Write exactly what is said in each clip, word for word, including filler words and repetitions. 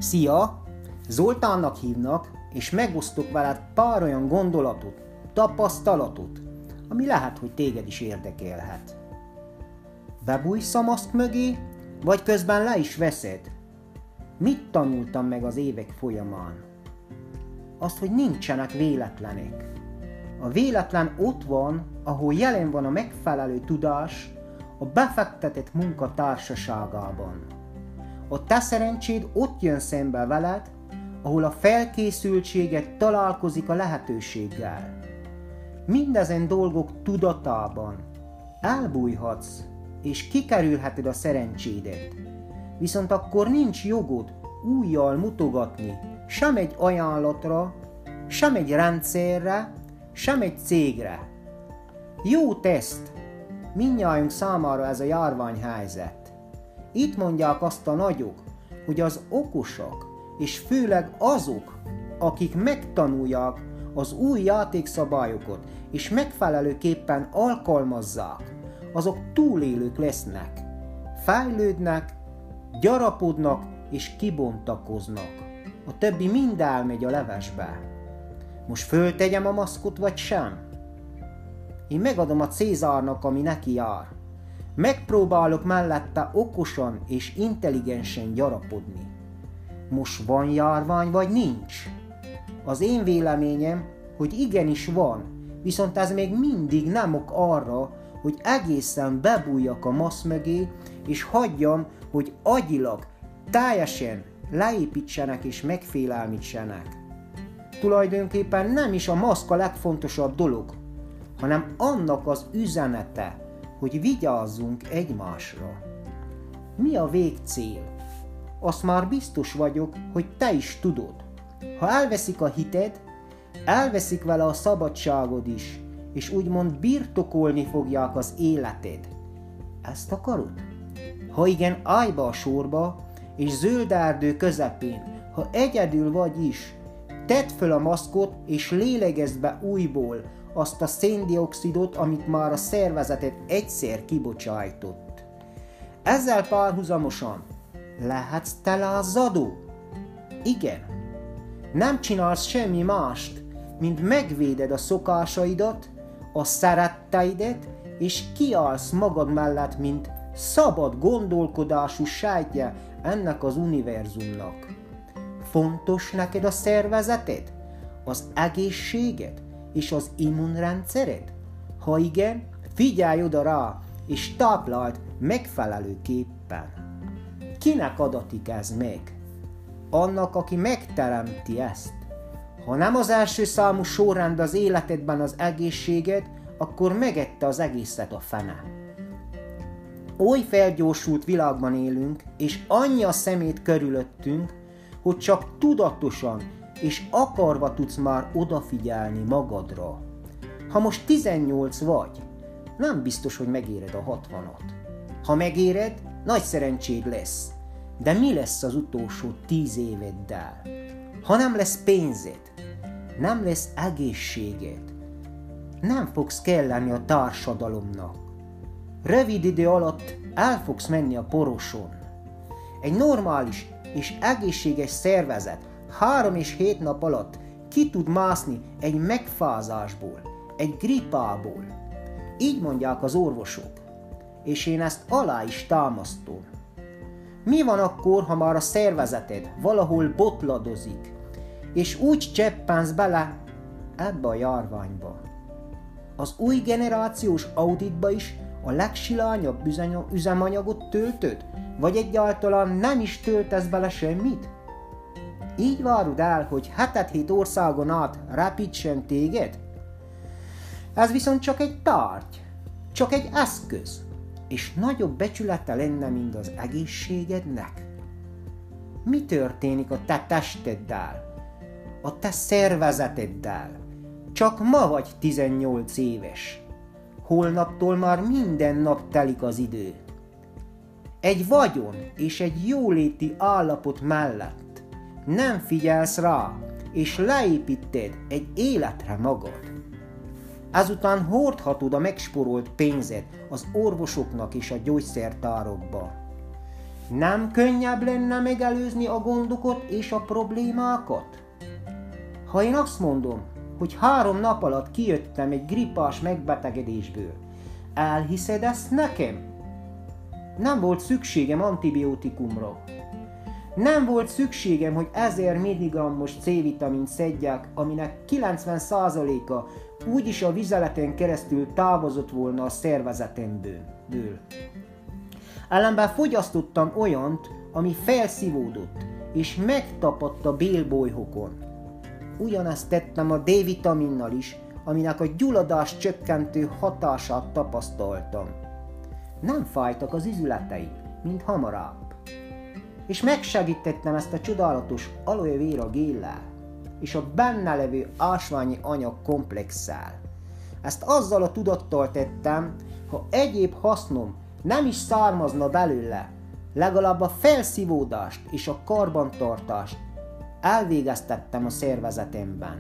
Szia! Zoltánnak hívnak, és megosztok veled pár olyan gondolatot, tapasztalatot, ami lehet, hogy téged is érdekelhet. Bebújsz a maszk mögé, vagy közben le is veszed? Mit tanultam meg az évek folyamán? Azt, hogy nincsenek véletlenek. A véletlen ott van, ahol jelen van a megfelelő tudás a befektetett munka társaságában. A te szerencséd ott jön szembe veled, ahol a felkészültséget találkozik a lehetőséggel. Mindezen dolgok tudatában elbújhatsz, és kikerülheted a szerencsédet. Viszont akkor nincs jogod újjal mutogatni sem egy ajánlatra, sem egy rendszerre, sem egy cégre. Jó teszt mindnyájunk számára ez a járványhelyzet. Itt mondják azt a nagyok, hogy az okosak, és főleg azok, akik megtanulják az új játékszabályokat, és megfelelőképpen alkalmazzák, azok túlélők lesznek, fejlődnek, gyarapodnak és kibontakoznak. A többi mind elmegy a levesbe. Most föltegyem a maszkot, vagy sem? Én megadom a Cézárnak, ami neki jár. Megpróbálok mellette okosan és intelligensen gyarapodni. Most van járvány, vagy nincs? Az én véleményem, hogy igenis van, viszont ez még mindig nem ok arra, hogy egészen bebújjak a maszk mögé, és hagyjam, hogy agyilag teljesen leépítsenek és megfélelmítsenek. Tulajdonképpen nem is a maszk a legfontosabb dolog, hanem annak az üzenete, hogy vigyázzunk egymásra. Mi a végcél? Azt már biztos vagyok, hogy te is tudod. Ha elveszik a hited, elveszik vele a szabadságod is, és úgymond birtokolni fogják az életed. Ezt akarod? Ha igen, állj be a sorba, és zöld erdő közepén, ha egyedül vagy is, tedd föl a maszkot, és lélegezd be újból azt a széndioxidot, amit már a szervezeted egyszer kibocsájtott. Ezzel párhuzamosan lehetsz te lázadó? Igen. Nem csinálsz semmi mást, mint megvéded a szokásaidat, a szeretteidet, és kiállsz magad mellett, mint szabad gondolkodású sejtje ennek az univerzumnak. Fontos neked a szervezeted, az egészséged és az immunrendszered? Ha igen, figyelj oda rá, és tápláld megfelelőképpen. Kinek adatik ez meg? Annak, aki megteremti ezt. Ha nem az első számú sorrend az életedben az egészséged, akkor megette az egészet a fene. Oly felgyorsult világban élünk, és annyi a szemét körülöttünk, hogy csak tudatosan és akarva tudsz már odafigyelni magadra. Ha most tizennyolc vagy, nem biztos, hogy megéred a hatvanat. Ha megéred, nagy szerencséd lesz. De mi lesz az utolsó tíz éveddel? Ha nem lesz pénzed, nem lesz egészséged, nem fogsz kelleni a társadalomnak. Rövid idő alatt el fogsz menni a poroson. Egy normális és egészséges szervezet három és hét nap alatt ki tud mászni egy megfázásból, egy gripából. Így mondják az orvosok, és én ezt alá is támasztom. Mi van akkor, ha már a szervezeted valahol botladozik, és úgy cseppensz bele ebbe a járványba? Az új generációs auditba is a legsilányabb üzemanyagot töltöd, vagy egyáltalán nem is töltesz bele semmit? Így várod el, hogy hetet-hét országon át repítsen téged? Ez viszont csak egy tárgy, csak egy eszköz, és nagyobb becsülete lenne, mint az egészségednek. Mi történik a te testeddel, a te szervezeteddel? Csak ma vagy tizennyolc éves. Holnaptól már minden nap telik az idő. Egy vagyon és egy jóléti állapot mellett nem figyelsz rá, és leépíted egy életre magad. Ezután hordhatod a megsporolt pénzed az orvosoknak és a gyógyszertárokba. Nem könnyebb lenne megelőzni a gondokat és a problémákat? Ha én azt mondom, hogy három nap alatt kijöttem egy grippás megbetegedésből, elhiszed ezt nekem? Nem volt szükségem antibiotikumra. Nem volt szükségem, hogy ezer milligrammos C-vitamint szedjek, aminek kilencven százaléka úgyis a vizeleten keresztül távozott volna a szervezetemből. Ellenben fogyasztottam olyant, ami felszívódott, és megtapadt a bélbolyhokon. Ugyanezt tettem a D-vitaminnal is, aminek a gyulladás csökkentő hatását tapasztaltam. Nem fájtak az izületeim, mint hamarabb. És megsegítettem ezt a csodálatos aloe vera géllel, és a benne levő ásványi anyag komplexsel. Ezt azzal a tudattal tettem, ha egyéb hasznom nem is származna belőle, legalább a felszívódást és a karbantartást elvégeztettem a szervezetemben.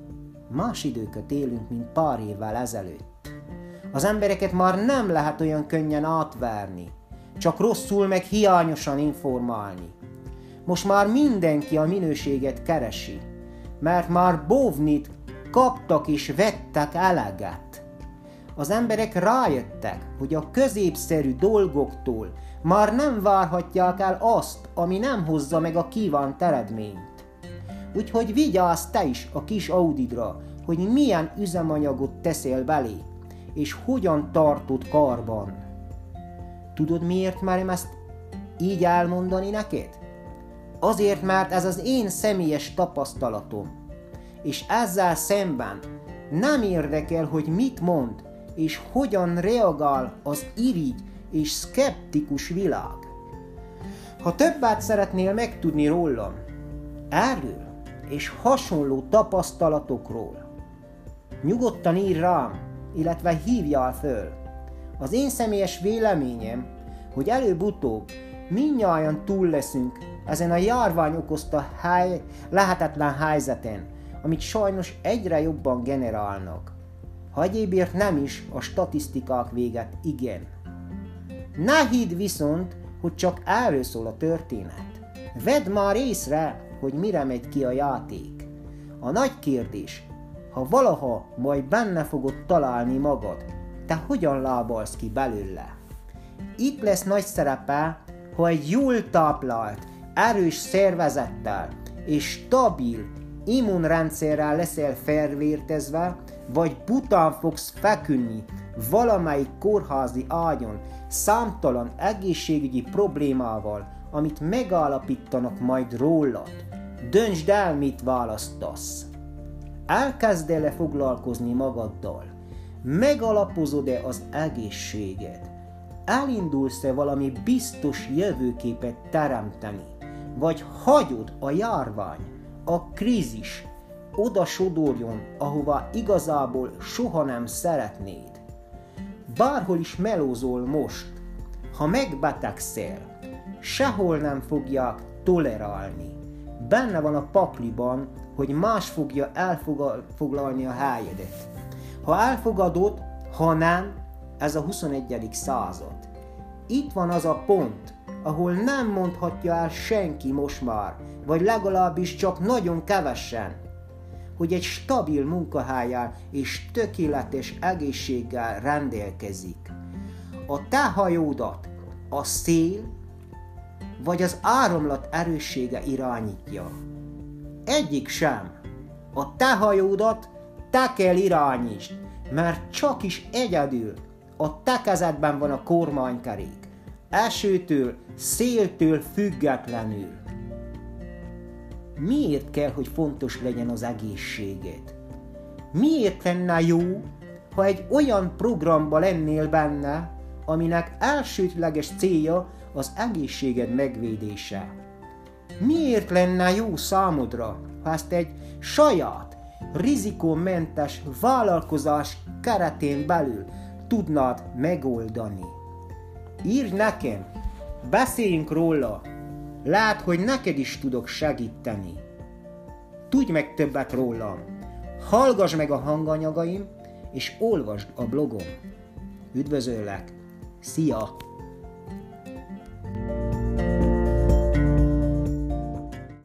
Más időket élünk, mint pár évvel ezelőtt. Az embereket már nem lehet olyan könnyen átverni, csak rosszul meg hiányosan informálni. Most már mindenki a minőséget keresi, mert már bóvnit kaptak és vettek eleget. Az emberek rájöttek, hogy a középszerű dolgoktól már nem várhatják el azt, ami nem hozza meg a kívánt eredményt. Úgyhogy vigyázz te is a kis Audidra, hogy milyen üzemanyagot teszel belé, és hogyan tartod karban. Tudod, miért merem ezt így elmondani neked? Azért, mert ez az én személyes tapasztalatom, és ezzel szemben nem érdekel, hogy mit mond, és hogyan reagál az irigy és szkeptikus világ. Ha többet szeretnél megtudni rólam, erről és hasonló tapasztalatokról, nyugodtan írj rám, illetve hívjál föl. Az én személyes véleményem, hogy előbb-utóbb mindnyájan túl leszünk ezen a járvány okozta hely, lehetetlen helyzeten, amit sajnos egyre jobban generálnak. Ha egyébért nem is, a statisztikák véget igen. Ne hidd viszont, hogy csak erről szól a történet. Vedd már észre, hogy mire megy ki a játék. A nagy kérdés, ha valaha majd benne fogod találni magad, te hogyan lábalsz ki belőle? Itt lesz nagy szerepe, ha egy jól táplált, erős szervezettel és stabil immunrendszerrel leszel felvértezve, vagy bután fogsz feküdni valamelyik kórházi ágyon számtalan egészségügyi problémával, amit megállapítanak majd rólad. Döntsd el, mit választasz. Elkezd-e foglalkozni magaddal? Megalapozod-e az egészséged? Elindulsz-e valami biztos jövőképet teremteni? Vagy hagyod a járvány, a krízis oda sodorjon, ahova igazából soha nem szeretnéd? Bárhol is melózol most, ha megbetegszel, sehol nem fogják tolerálni. Benne van a pakliban, hogy más fogja elfoglalni a helyedet. Ha elfogadod, ha nem, ez a huszonegyedik század. Itt van az a pont, ahol nem mondhatja el senki most már, vagy legalábbis csak nagyon kevesen, hogy egy stabil munkahelyen és tökéletes egészséggel rendelkezik. A te hajódat a szél vagy az áramlat erőssége irányítja. Egyik sem. A te hajódat te kell irányítsd, mert csak is egyedül a te kezedben van a kormánykerék, esőtől, széltől függetlenül. Miért kell, hogy fontos legyen az egészséged? Miért lenne jó, ha egy olyan programba lennél benne, aminek elsődleges célja az egészséged megvédése? Miért lenne jó számodra, ha ezt egy saját, rizikómentes vállalkozás keretén belül tudnád megoldani? Írd nekem, beszéljünk róla, lát, hogy neked is tudok segíteni. Tudj meg többet rólam, hallgass meg a hanganyagaim, és olvasd a blogom. Üdvözöllek, szia!